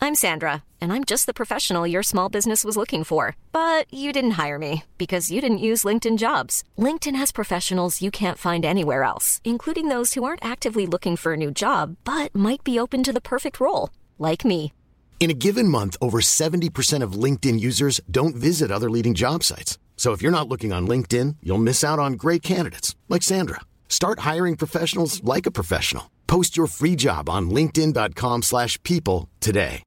I'm Sandra, and I'm just the professional your small business was looking for. But you didn't hire me because you didn't use LinkedIn Jobs. LinkedIn has professionals you can't find anywhere else, including those who aren't actively looking for a new job, but might be open to the perfect role, like me. In a given month, over 70% of LinkedIn users don't visit other leading job sites. So if you're not looking on LinkedIn, you'll miss out on great candidates like Sandra. Start hiring professionals like a professional. Post your free job on linkedin.com/people today.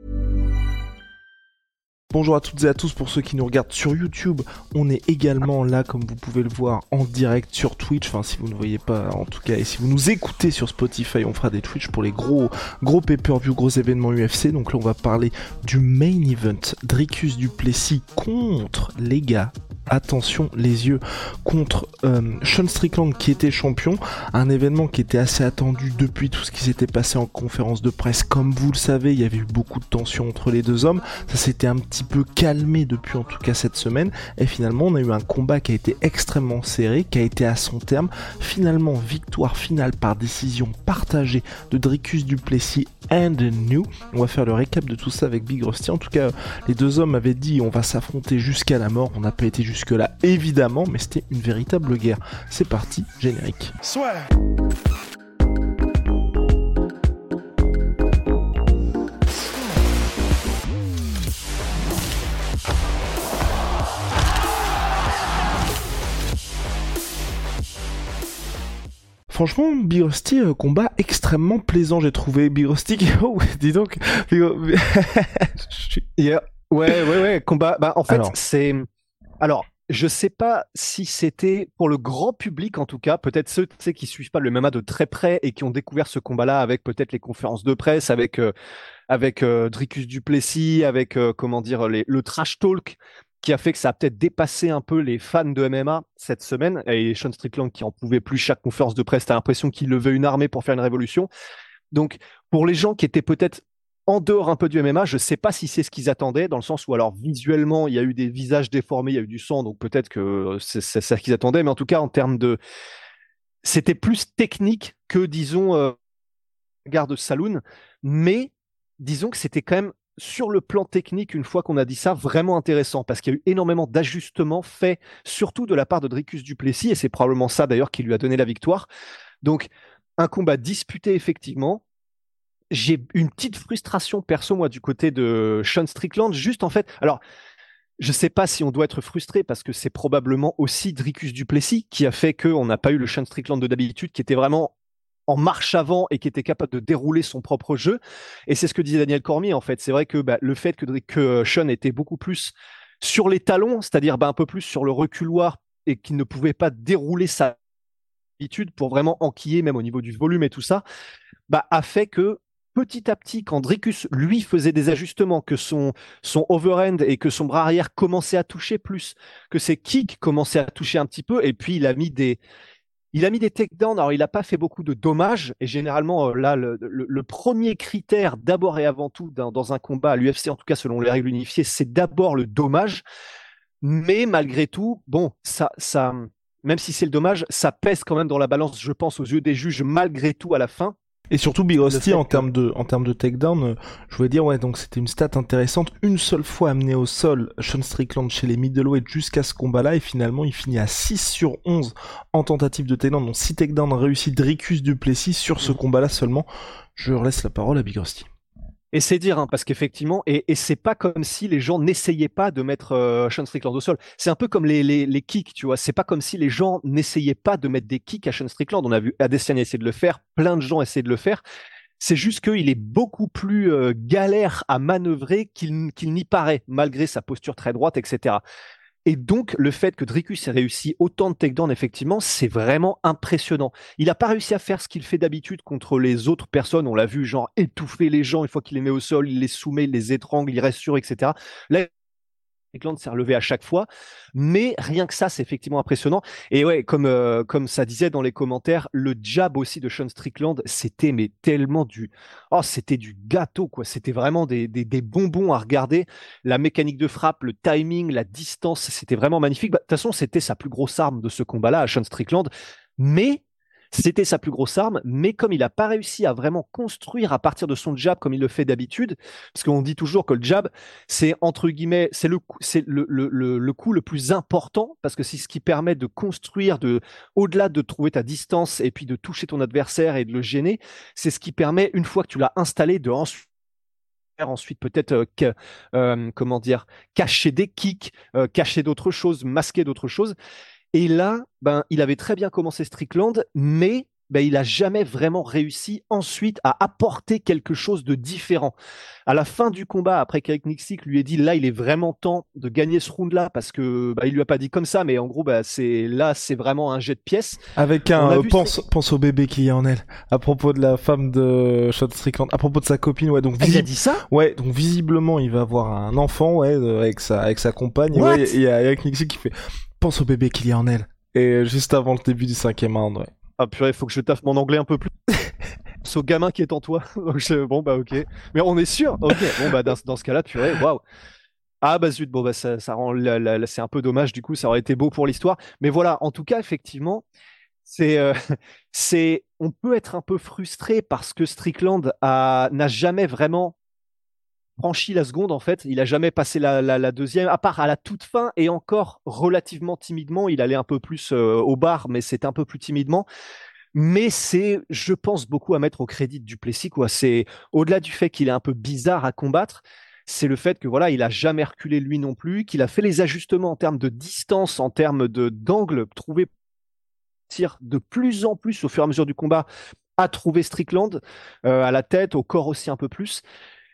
Bonjour à toutes et à tous pour ceux qui nous regardent sur YouTube. On est également là, comme vous pouvez le voir, en direct sur Twitch. Enfin, si vous ne voyez pas, en tout cas, et si vous nous écoutez sur Spotify, on fera des Twitch pour les gros pay-per-view, gros événements UFC. Donc là, on va parler du main event. Dricus du Plessis contre, les gars, attention les yeux, contre Sean Strickland qui était champion. Un événement qui était assez attendu depuis tout ce qui s'était passé en conférence de presse. Comme vous le savez, il y avait eu beaucoup de tensions entre les deux hommes. Ça s'était un petit peu calmé depuis en tout cas cette semaine. Et finalement, on a eu un combat qui a été extrêmement serré, qui a été à son terme. Finalement, victoire finale par décision partagée de Dricus du Plessis and New. On va faire le récap de tout ça avec Big Rusty. En tout cas, les deux hommes avaient dit on va s'affronter jusqu'à la mort. On n'a pas été jusque-là, évidemment, mais c'était une véritable guerre. C'est parti, générique. Soit. Franchement, Big Rusty, combat extrêmement plaisant, j'ai trouvé. Big Rusty, oh, dis donc. Yeah. Ouais, combat. Bah, en fait, Alors. c'est. Alors, je sais pas si c'était pour le grand public, en tout cas, peut-être ceux qui suivent pas le MMA de très près et qui ont découvert ce combat-là avec peut-être les conférences de presse, avec Dricus du Plessis, avec le trash talk qui a fait que ça a peut-être dépassé un peu les fans de MMA cette semaine, et Sean Strickland qui en pouvait plus. Chaque conférence de presse, t'as l'impression qu'il levait une armée pour faire une révolution. Donc, pour les gens qui étaient peut-être en dehors un peu du MMA, je sais pas si c'est ce qu'ils attendaient, dans le sens où alors visuellement, il y a eu des visages déformés, il y a eu du sang, donc peut-être que c'est ça qu'ils attendaient, mais en tout cas, en termes de... C'était plus technique que, disons, garde saloon, mais disons que c'était quand même sur le plan technique, une fois qu'on a dit ça, vraiment intéressant, parce qu'il y a eu énormément d'ajustements faits, surtout de la part de Dricus du Plessis, et c'est probablement ça d'ailleurs qui lui a donné la victoire. Donc, un combat disputé effectivement. J'ai une petite frustration perso, moi, du côté de Sean Strickland, juste en fait, alors, je sais pas si on doit être frustré, parce que c'est probablement aussi Dricus du Plessis qui a fait qu'on n'a pas eu le Sean Strickland de d'habitude, qui était vraiment en marche avant et qui était capable de dérouler son propre jeu. Et c'est ce que disait Daniel Cormier, en fait. C'est vrai que le fait que Sean était beaucoup plus sur les talons, c'est-à-dire un peu plus sur le reculoir, et qu'il ne pouvait pas dérouler sa habitude pour vraiment enquiller, même au niveau du volume et tout ça, a fait que petit à petit, quand Dricus, lui, faisait des ajustements, que son overhand et que son bras arrière commençait à toucher plus, que ses kicks commençaient à toucher un petit peu, et puis il a mis des takedowns. Alors, il n'a pas fait beaucoup de dommages. Et généralement, là, le premier critère, d'abord et avant tout, dans un combat à l'UFC, en tout cas selon les règles unifiées, c'est d'abord le dommage. Mais malgré tout, bon, ça, même si c'est le dommage, ça pèse quand même dans la balance, je pense, aux yeux des juges, malgré tout, à la fin. Et surtout Big Rusty, en termes de takedown, je voulais dire, ouais, donc c'était une stat intéressante. Une seule fois amené au sol Sean Strickland chez les middleweight jusqu'à ce combat-là, et finalement il finit à 6 sur 11 en tentative de takedown, donc 6 takedowns réussis Dricus du Plessis sur ce combat-là seulement. Je laisse la parole à Big Rusty. Et c'est dire, hein, parce qu'effectivement, et c'est pas comme si les gens n'essayaient pas de mettre Sean Strickland au sol. C'est un peu comme les kicks, tu vois. C'est pas comme si les gens n'essayaient pas de mettre des kicks à Sean Strickland. On a vu Adesanya essayer de le faire, plein de gens essayer de le faire. C'est juste qu'il est beaucoup plus galère à manœuvrer qu'il n'y paraît, malgré sa posture très droite, etc. Et donc, le fait que Dricus ait réussi autant de takedowns, effectivement, c'est vraiment impressionnant. Il n'a pas réussi à faire ce qu'il fait d'habitude contre les autres personnes. On l'a vu, genre, étouffer les gens une fois qu'il les met au sol, il les soumet, il les étrangle, il reste sur, etc. Là, Strickland s'est relevé à chaque fois, mais rien que ça, c'est effectivement impressionnant. Et ouais, comme ça disait dans les commentaires, le jab aussi de Sean Strickland, c'était mais tellement c'était du gâteau, quoi. C'était vraiment des bonbons à regarder. La mécanique de frappe, le timing, la distance, c'était vraiment magnifique. De toute façon, c'était sa plus grosse arme de ce combat-là, à Sean Strickland. Mais C'était sa plus grosse arme, mais comme il n'a pas réussi à vraiment construire à partir de son jab comme il le fait d'habitude, parce qu'on dit toujours que le jab, c'est entre guillemets, c'est le coup le plus important, parce que c'est ce qui permet de construire, au-delà de trouver ta distance et puis de toucher ton adversaire et de le gêner, c'est ce qui permet, une fois que tu l'as installé, de ensuite peut-être comment dire, cacher des kicks, cacher d'autres choses, masquer d'autres choses. Et là, ben, il avait très bien commencé Strickland, mais ben, il n'a jamais vraiment réussi ensuite à apporter quelque chose de différent. À la fin du combat, après qu'Eric Nicksick lui ait dit là, il est vraiment temps de gagner ce round-là, parce que ben, il lui a pas dit comme ça, mais en gros, ben, c'est vraiment un jet de pièces. Avec pense au bébé qu'il y a en elle. À propos de la femme de Sean Strickland, à propos de sa copine, ouais. Donc il a dit ça. Ouais, donc visiblement, il va avoir un enfant, ouais, avec sa compagne. What? Et il y a Eric Nicksick qui fait pense au bébé qu'il y a en elle. Et juste avant le début du 5e round, ouais. Ah purée, faut que je taffe mon anglais un peu plus. C'est au gamin qui est en toi. Bon bah ok. Mais on est sûr. Ok. Bon bah dans ce cas-là, purée, waouh. Ah bah zut, bon bah ça rend c'est un peu dommage du coup, ça aurait été beau pour l'histoire. Mais voilà, en tout cas, effectivement, c'est on peut être un peu frustré parce que Strickland n'a jamais vraiment franchi la seconde en fait. Il a jamais passé la deuxième, à part à la toute fin et encore relativement timidement. Il allait un peu plus au bar, mais c'était un peu plus timidement. Mais c'est, je pense, beaucoup à mettre au crédit de Duplessis, quoi. C'est au-delà du fait qu'il est un peu bizarre à combattre, c'est le fait que voilà, il a jamais reculé lui non plus, qu'il a fait les ajustements en termes de distance, en termes d'angle, trouvé tir de plus en plus au fur et à mesure du combat à trouver Strickland à la tête, au corps aussi un peu plus.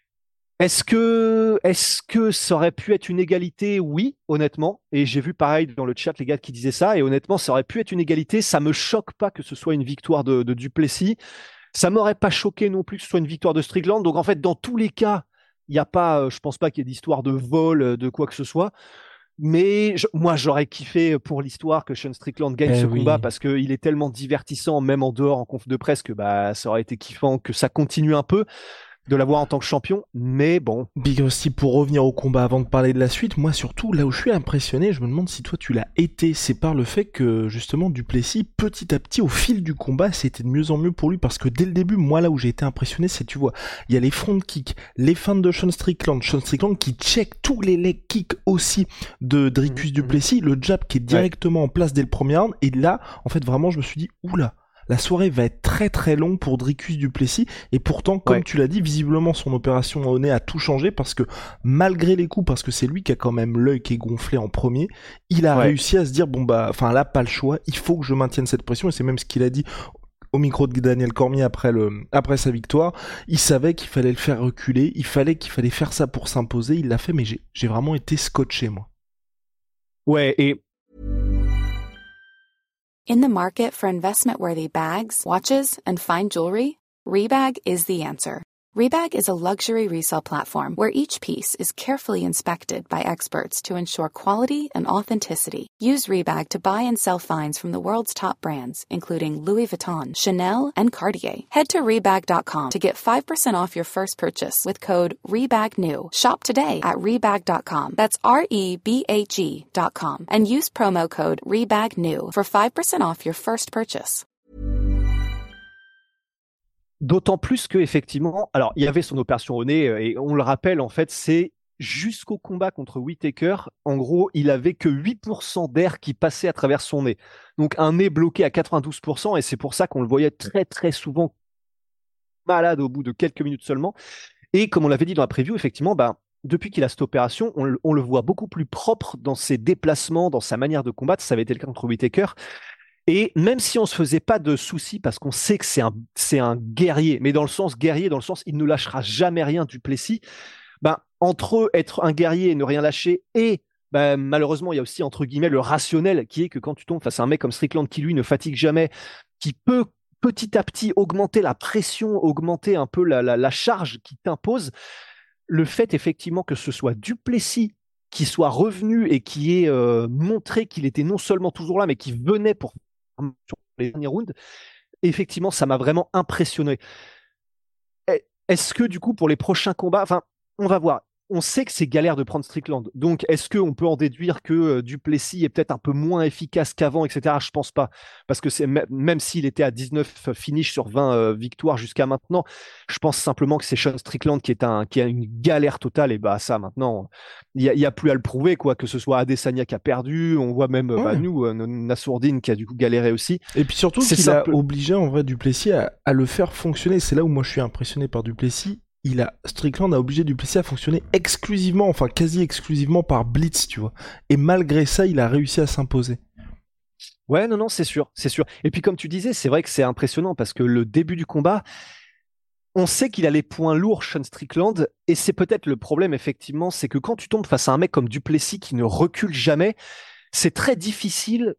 Est-ce que ça aurait pu être une égalité? Oui, honnêtement. Et j'ai vu pareil dans le chat les gars qui disaient ça. Et honnêtement, ça aurait pu être une égalité. Ça me choque pas que ce soit une victoire de Duplessis. Ça m'aurait pas choqué non plus que ce soit une victoire de Strickland. Donc en fait, dans tous les cas, il y a pas, je pense pas qu'il y ait d'histoire de vol, de quoi que ce soit. Mais moi, j'aurais kiffé pour l'histoire que Sean Strickland gagne ce combat parce qu'il est tellement divertissant, même en dehors en conf de presse, que bah ça aurait été kiffant que ça continue un peu de l'avoir en tant que champion, mais bon. Big Rusty, pour revenir au combat avant de parler de la suite, moi surtout, là où je suis impressionné, je me demande si toi tu l'as été, c'est par le fait que justement Duplessis, petit à petit, au fil du combat, c'était de mieux en mieux pour lui, parce que dès le début, moi là où j'ai été impressionné, c'est, tu vois, il y a les front kicks, les feintes de Sean Strickland qui check tous les leg kicks aussi de Dricus Duplessis, le jab qui est directement en place dès le premier round, et là, en fait, vraiment, je me suis dit, oula, la soirée va être très très longue pour Dricus Duplessis, et pourtant, comme tu l'as dit, visiblement son opération au nez a tout changé, parce que malgré les coups, parce que c'est lui qui a quand même l'œil qui est gonflé en premier, il a réussi à se dire, bon bah, enfin là, pas le choix, il faut que je maintienne cette pression, et c'est même ce qu'il a dit au micro de Daniel Cormier après sa victoire. Il savait qu'il fallait le faire reculer, qu'il fallait faire ça pour s'imposer, il l'a fait, mais j'ai vraiment été scotché, moi. Ouais, et in the market for investment-worthy bags, watches, and fine jewelry, Rebag is the answer. Rebag is a luxury resale platform where each piece is carefully inspected by experts to ensure quality and authenticity. Use Rebag to buy and sell finds from the world's top brands, including Louis Vuitton, Chanel, and Cartier. Head to Rebag.com to get 5% off your first purchase with code REBAGNEW. Shop today at Rebag.com. That's REBAG.com. And use promo code REBAGNEW for 5% off your first purchase. D'autant plus que effectivement, alors il y avait son opération au nez et on le rappelle en fait, c'est jusqu'au combat contre Whittaker, en gros, il avait que 8% d'air qui passait à travers son nez. Donc un nez bloqué à 92% et c'est pour ça qu'on le voyait très très souvent malade au bout de quelques minutes seulement. Et comme on l'avait dit dans la preview, effectivement, depuis qu'il a cette opération, on le voit beaucoup plus propre dans ses déplacements, dans sa manière de combattre. Ça avait été le cas contre Whittaker. Et même si on se faisait pas de soucis, parce qu'on sait que c'est un guerrier, mais dans le sens il ne lâchera jamais rien Duplessis, entre être un guerrier et ne rien lâcher, et malheureusement, il y a aussi, entre guillemets, le rationnel, qui est que quand tu tombes face à un mec comme Strickland, qui lui ne fatigue jamais, qui peut petit à petit augmenter la pression, augmenter un peu la charge qui t'impose, le fait effectivement que ce soit Duplessis qui soit revenu et qui ait montré qu'il était non seulement toujours là, mais qui venait pour les derniers rounds, effectivement, ça m'a vraiment impressionné. Est-ce que du coup, pour les prochains combats, on va voir. on sait que c'est galère de prendre Strickland. Donc, est-ce qu'on peut en déduire que Duplessis est peut-être un peu moins efficace qu'avant, etc. Je pense pas. Parce que même s'il était à 19 finishes sur 20 victoires jusqu'à maintenant, je pense simplement que c'est Sean Strickland qui a une galère totale. Et bah, ça, maintenant, il y a plus à le prouver, quoi. Que ce soit Adesanya qui a perdu, on voit même nous, Nassourdine qui a du coup galéré aussi. Et puis surtout qu'il a obligé en vrai Duplessis à le faire fonctionner. C'est là où moi je suis impressionné par Duplessis. Strickland a obligé Duplessis à fonctionner exclusivement, enfin quasi exclusivement par blitz, tu vois. Et malgré ça, il a réussi à s'imposer. Ouais, non, c'est sûr. Et puis comme tu disais, c'est vrai que c'est impressionnant parce que le début du combat, on sait qu'il a les points lourds, Sean Strickland, et c'est peut-être le problème, effectivement, c'est que quand tu tombes face à un mec comme Duplessis qui ne recule jamais, c'est très difficile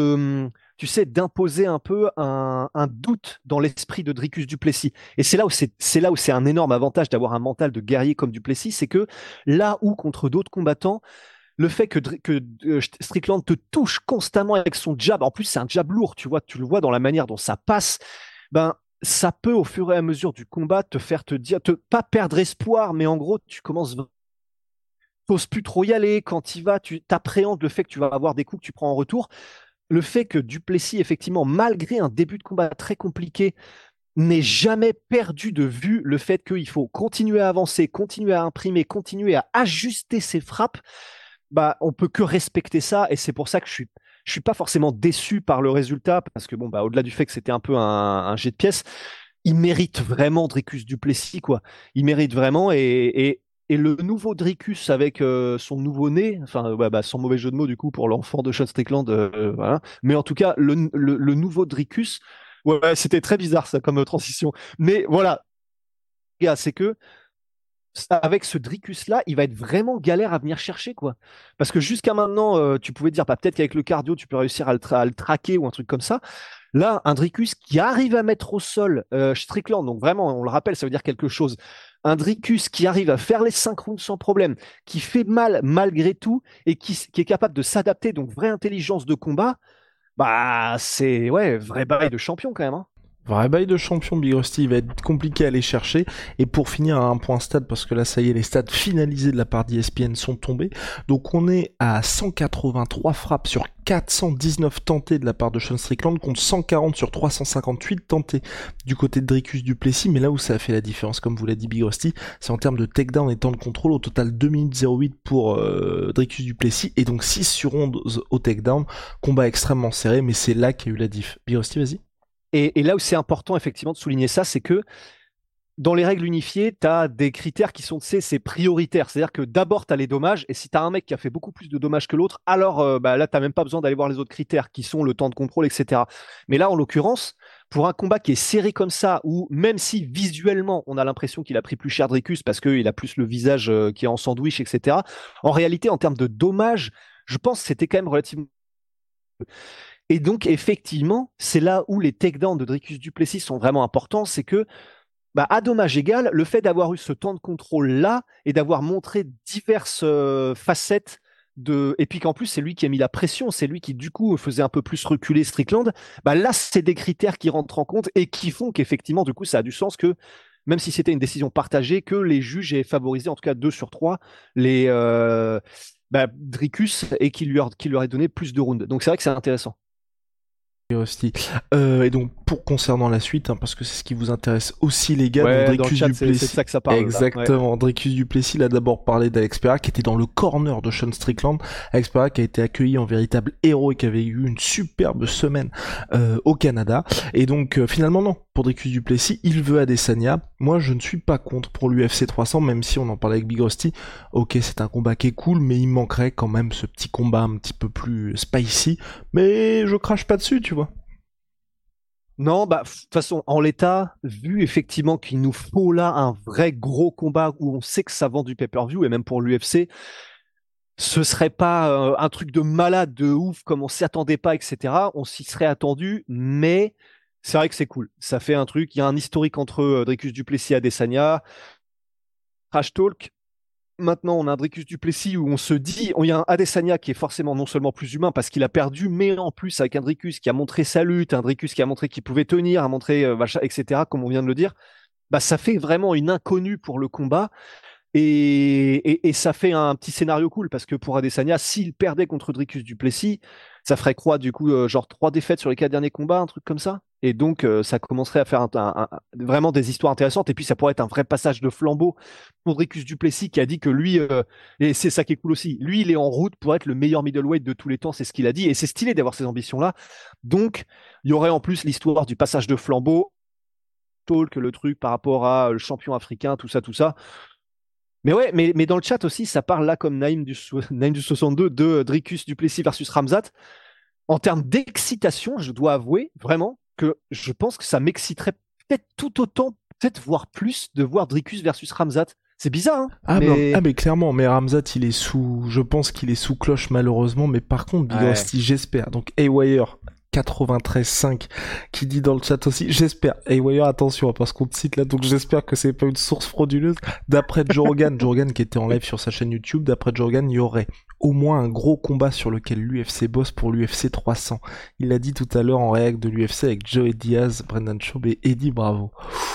d'imposer un peu un doute dans l'esprit de Dricus Duplessis. Et c'est là où c'est un énorme avantage d'avoir un mental de guerrier comme Duplessis, c'est que là où contre d'autres combattants, le fait que Strickland te touche constamment avec son jab, en plus c'est un jab lourd, tu le vois dans la manière dont ça passe, ben ça peut au fur et à mesure du combat te faire pas perdre espoir, mais en gros tu commences t'oses plus trop y aller. Quand tu y vas, tu t'appréhendes le fait que tu vas avoir des coups que tu prends en retour. Le fait que Duplessis, effectivement, malgré un début de combat très compliqué, n'ait jamais perdu de vue le fait qu'il faut continuer à avancer, continuer à imprimer, continuer à ajuster ses frappes, bah, on peut que respecter ça. Et c'est pour ça que je suis pas forcément déçu par le résultat, parce que bon, bah, au-delà du fait que c'était un peu un jet de pièces, il mérite vraiment Dricus Duplessis, quoi. Il mérite vraiment et le nouveau Dricus avec son nouveau-né, enfin sans mauvais jeu de mots du coup pour l'enfant de Sean Strickland, voilà. Mais en tout cas le nouveau Dricus, ouais, c'était très bizarre ça comme transition. Mais voilà, gars, c'est que avec ce Dricus-là, il va être vraiment galère à venir chercher, quoi. Parce que jusqu'à maintenant, tu pouvais dire, bah, peut-être qu'avec le cardio, tu peux réussir à le traquer ou un truc comme ça. Là, un Dricus qui arrive à mettre au sol Strickland, donc vraiment, on le rappelle, ça veut dire quelque chose. Un Dricus qui arrive à faire les 5 rounds sans problème, qui fait mal malgré tout et qui est capable de s'adapter, donc vraie intelligence de combat, bah c'est vrai bail de champion quand même, hein. Vrai bail de champion, Big Rusty, il va être compliqué à aller chercher. Et pour finir à un point stade, parce que là ça y est, les stats finalisés de la part d'ESPN sont tombés. Donc on est à 183 frappes sur 419 tentés de la part de Sean Strickland, contre 140 sur 358 tentés du côté de Dricus Duplessis. Mais là où ça a fait la différence, comme vous l'a dit Big Rusty, c'est en termes de takedown et temps de contrôle. Au total 2 minutes 08 pour Dricus Duplessis, et donc 6 sur 11 au takedown. Combat extrêmement serré, mais c'est là qu'il y a eu la diff. Big Rusty, vas-y. Et là où c'est important effectivement de souligner ça, c'est que dans les règles unifiées, tu as des critères qui sont, c'est prioritaire. C'est-à-dire que d'abord, tu as les dommages, et si tu as un mec qui a fait beaucoup plus de dommages que l'autre, alors là, tu n'as même pas besoin d'aller voir les autres critères, qui sont le temps de contrôle, etc. Mais là, en l'occurrence, pour un combat qui est serré comme ça, où même si visuellement, on a l'impression qu'il a pris plus cher Dricus, parce qu'il a plus le visage qui est en sandwich, etc., en réalité, en termes de dommages, je pense que c'était quand même relativement... Et donc, effectivement, c'est là où les takedowns de Dricus Duplessis sont vraiment importants, c'est que, à dommage égal, le fait d'avoir eu ce temps de contrôle-là et d'avoir montré diverses facettes et puis qu'en plus, c'est lui qui a mis la pression, c'est lui qui, du coup, faisait un peu plus reculer Strickland, là, c'est des critères qui rentrent en compte et qui font qu'effectivement, du coup, ça a du sens que, même si c'était une décision partagée, que les juges aient favorisé, en tout cas 2 sur 3, les Dricus, et qui lui aurait donné plus de rounds. Donc, c'est vrai que c'est intéressant. Et donc concernant la suite, parce que c'est ce qui vous intéresse aussi les gars, ouais, Dricus Duplessis, c'est de ça que ça parle. Exactement, ouais. Dricus Duplessis, il a d'abord parlé d'Alex Pereira qui était dans le corner de Sean Strickland. Alex Pereira qui a été accueilli en véritable héros et qui avait eu une superbe semaine au Canada. Et donc finalement non, pour Dricus Duplessis, il veut Adesanya. Moi je ne suis pas contre pour l'UFC 300, même si on en parlait avec Big Rusty. Ok, c'est un combat qui est cool, mais il manquerait quand même ce petit combat un petit peu plus spicy. Mais je crache pas dessus, tu vois. Non, de toute façon, en l'état, vu effectivement qu'il nous faut là un vrai gros combat où on sait que ça vend du pay-per-view, et même pour l'UFC, ce serait pas un truc de malade, de ouf, comme on s'y attendait pas, etc. On s'y serait attendu, mais c'est vrai que c'est cool. Ça fait un truc, il y a un historique entre Dricus Duplessis et Adesanya. Trash Talk. Maintenant, on a un Dricus Duplessis où on se dit, il y a un Adesanya qui est forcément non seulement plus humain parce qu'il a perdu, mais en plus avec un Dricus qui a montré sa lutte, un Dricus qui a montré qu'il pouvait tenir, a montré etc., comme on vient de le dire, ça fait vraiment une inconnue pour le combat. Et ça fait un petit scénario cool parce que pour Adesanya, s'il perdait contre Dricus du Plessis, ça ferait quoi du coup, genre 3 défaites sur les 4 derniers combats, un truc comme ça. Et donc ça commencerait à faire vraiment des histoires intéressantes. Et puis ça pourrait être un vrai passage de flambeau pour Dricus du Plessis qui a dit que lui, et c'est ça qui est cool aussi, lui il est en route pour être le meilleur middleweight de tous les temps, c'est ce qu'il a dit. Et c'est stylé d'avoir ces ambitions-là. Donc il y aurait en plus l'histoire du passage de flambeau, talk, le truc par rapport à le champion africain, tout ça, tout ça. Mais ouais, mais dans le chat aussi, ça parle là comme Naïm du 62 de Dricus du Plessis versus Ramzat. En termes d'excitation, je dois avouer vraiment que je pense que ça m'exciterait peut-être tout autant, peut-être voire plus, de voir Dricus versus Ramzat. C'est bizarre, hein, mais clairement, mais Ramzat, je pense qu'il est sous cloche malheureusement, mais par contre, Big Rusty, j'espère. Donc, Haywire 93.5 qui dit dans le chat aussi, j'espère, Haywire, attention, parce qu'on te cite là, donc j'espère que c'est pas une source frauduleuse. D'après Joe Rogan qui était en live sur sa chaîne YouTube, d'après Joe Rogan, il y aurait au moins un gros combat sur lequel l'UFC bosse pour l'UFC 300. Il l'a dit tout à l'heure en réact de l'UFC avec Joey Diaz, Brendan Schaub et Eddie Bravo.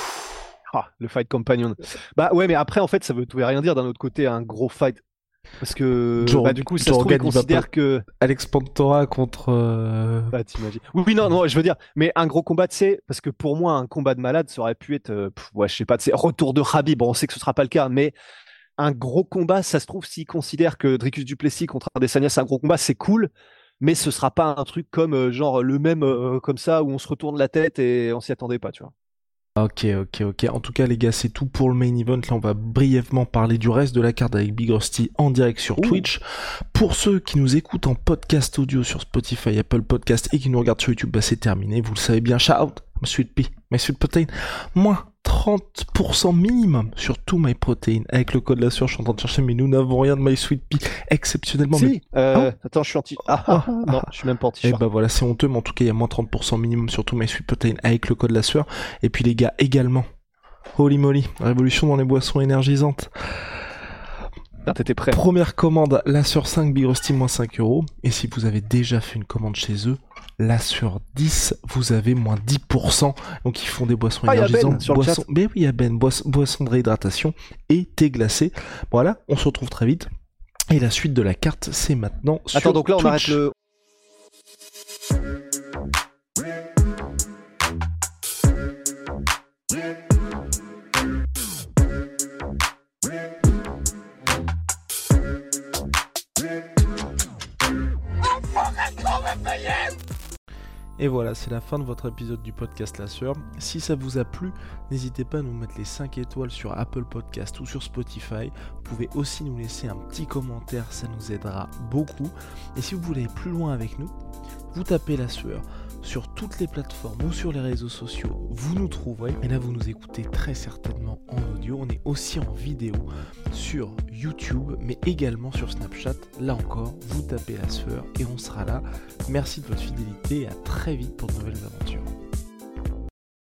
Ah, le fight companion. Bah ouais, mais après, en fait, ça veut tout et rien dire d'un autre côté, un gros fight. Parce que du coup, ça se trouve, il considère que Alex Pantora contre. Bah, t'imagines. Oui, non, je veux dire, mais un gros combat, tu sais, parce que pour moi, un combat de malade, ça aurait pu être, ouais, je sais pas, tu sais, retour de Khabib. Bon, on sait que ce sera pas le cas, mais un gros combat, ça se trouve, s'il considère que Dricus du Plessis contre Adesanya, c'est un gros combat, c'est cool, mais ce sera pas un truc comme genre le même comme ça où on se retourne la tête et on s'y attendait pas, tu vois. Ok. En tout cas, les gars, c'est tout pour le main event. Là, on va brièvement parler du reste de la carte avec Big Rusty en direct sur Twitch. Pour ceux qui nous écoutent en podcast audio sur Spotify, Apple Podcast et qui nous regardent sur YouTube, bah, c'est terminé. Vous le savez bien. Shout out, my sweet pea, my sweet protein. Moins 30% minimum sur tout My Protein. Avec le code la sueur, je suis en train de chercher, mais nous n'avons rien de My Sweet Pea exceptionnellement. Si, attends, je suis anti. Non, je suis même pas anti. Et bah voilà, c'est honteux, mais en tout cas, il y a moins 30% minimum sur tout My Sweet Protein avec le code la sueur. Et puis les gars, également, holy moly, révolution dans les boissons énergisantes. T'étais prêt. Première commande, la sur 5, Big Rusty, moins 5€. Et si vous avez déjà fait une commande chez eux, là sur 10, vous avez moins 10%. Donc ils font des boissons énergisantes. Mais oui, il y a Ben, boissons de réhydratation et thé glacé. Voilà, on se retrouve très vite. Et la suite de la carte, c'est maintenant sur Attends, donc là on Twitch. arrête le... Et voilà, c'est la fin de votre épisode du podcast La Sueur. Si ça vous a plu, n'hésitez pas à nous mettre les 5 étoiles sur Apple Podcast ou sur Spotify. Vous pouvez aussi nous laisser un petit commentaire, ça nous aidera beaucoup. Et si vous voulez aller plus loin avec nous, vous tapez La Sueur sur toutes les plateformes ou sur les réseaux sociaux, vous nous trouverez. Et là, vous nous écoutez très certainement en audio. On est aussi en vidéo sur YouTube, mais également sur Snapchat. Là encore, vous tapez La Sueur et on sera là. Merci de votre fidélité et à très vite pour de nouvelles aventures.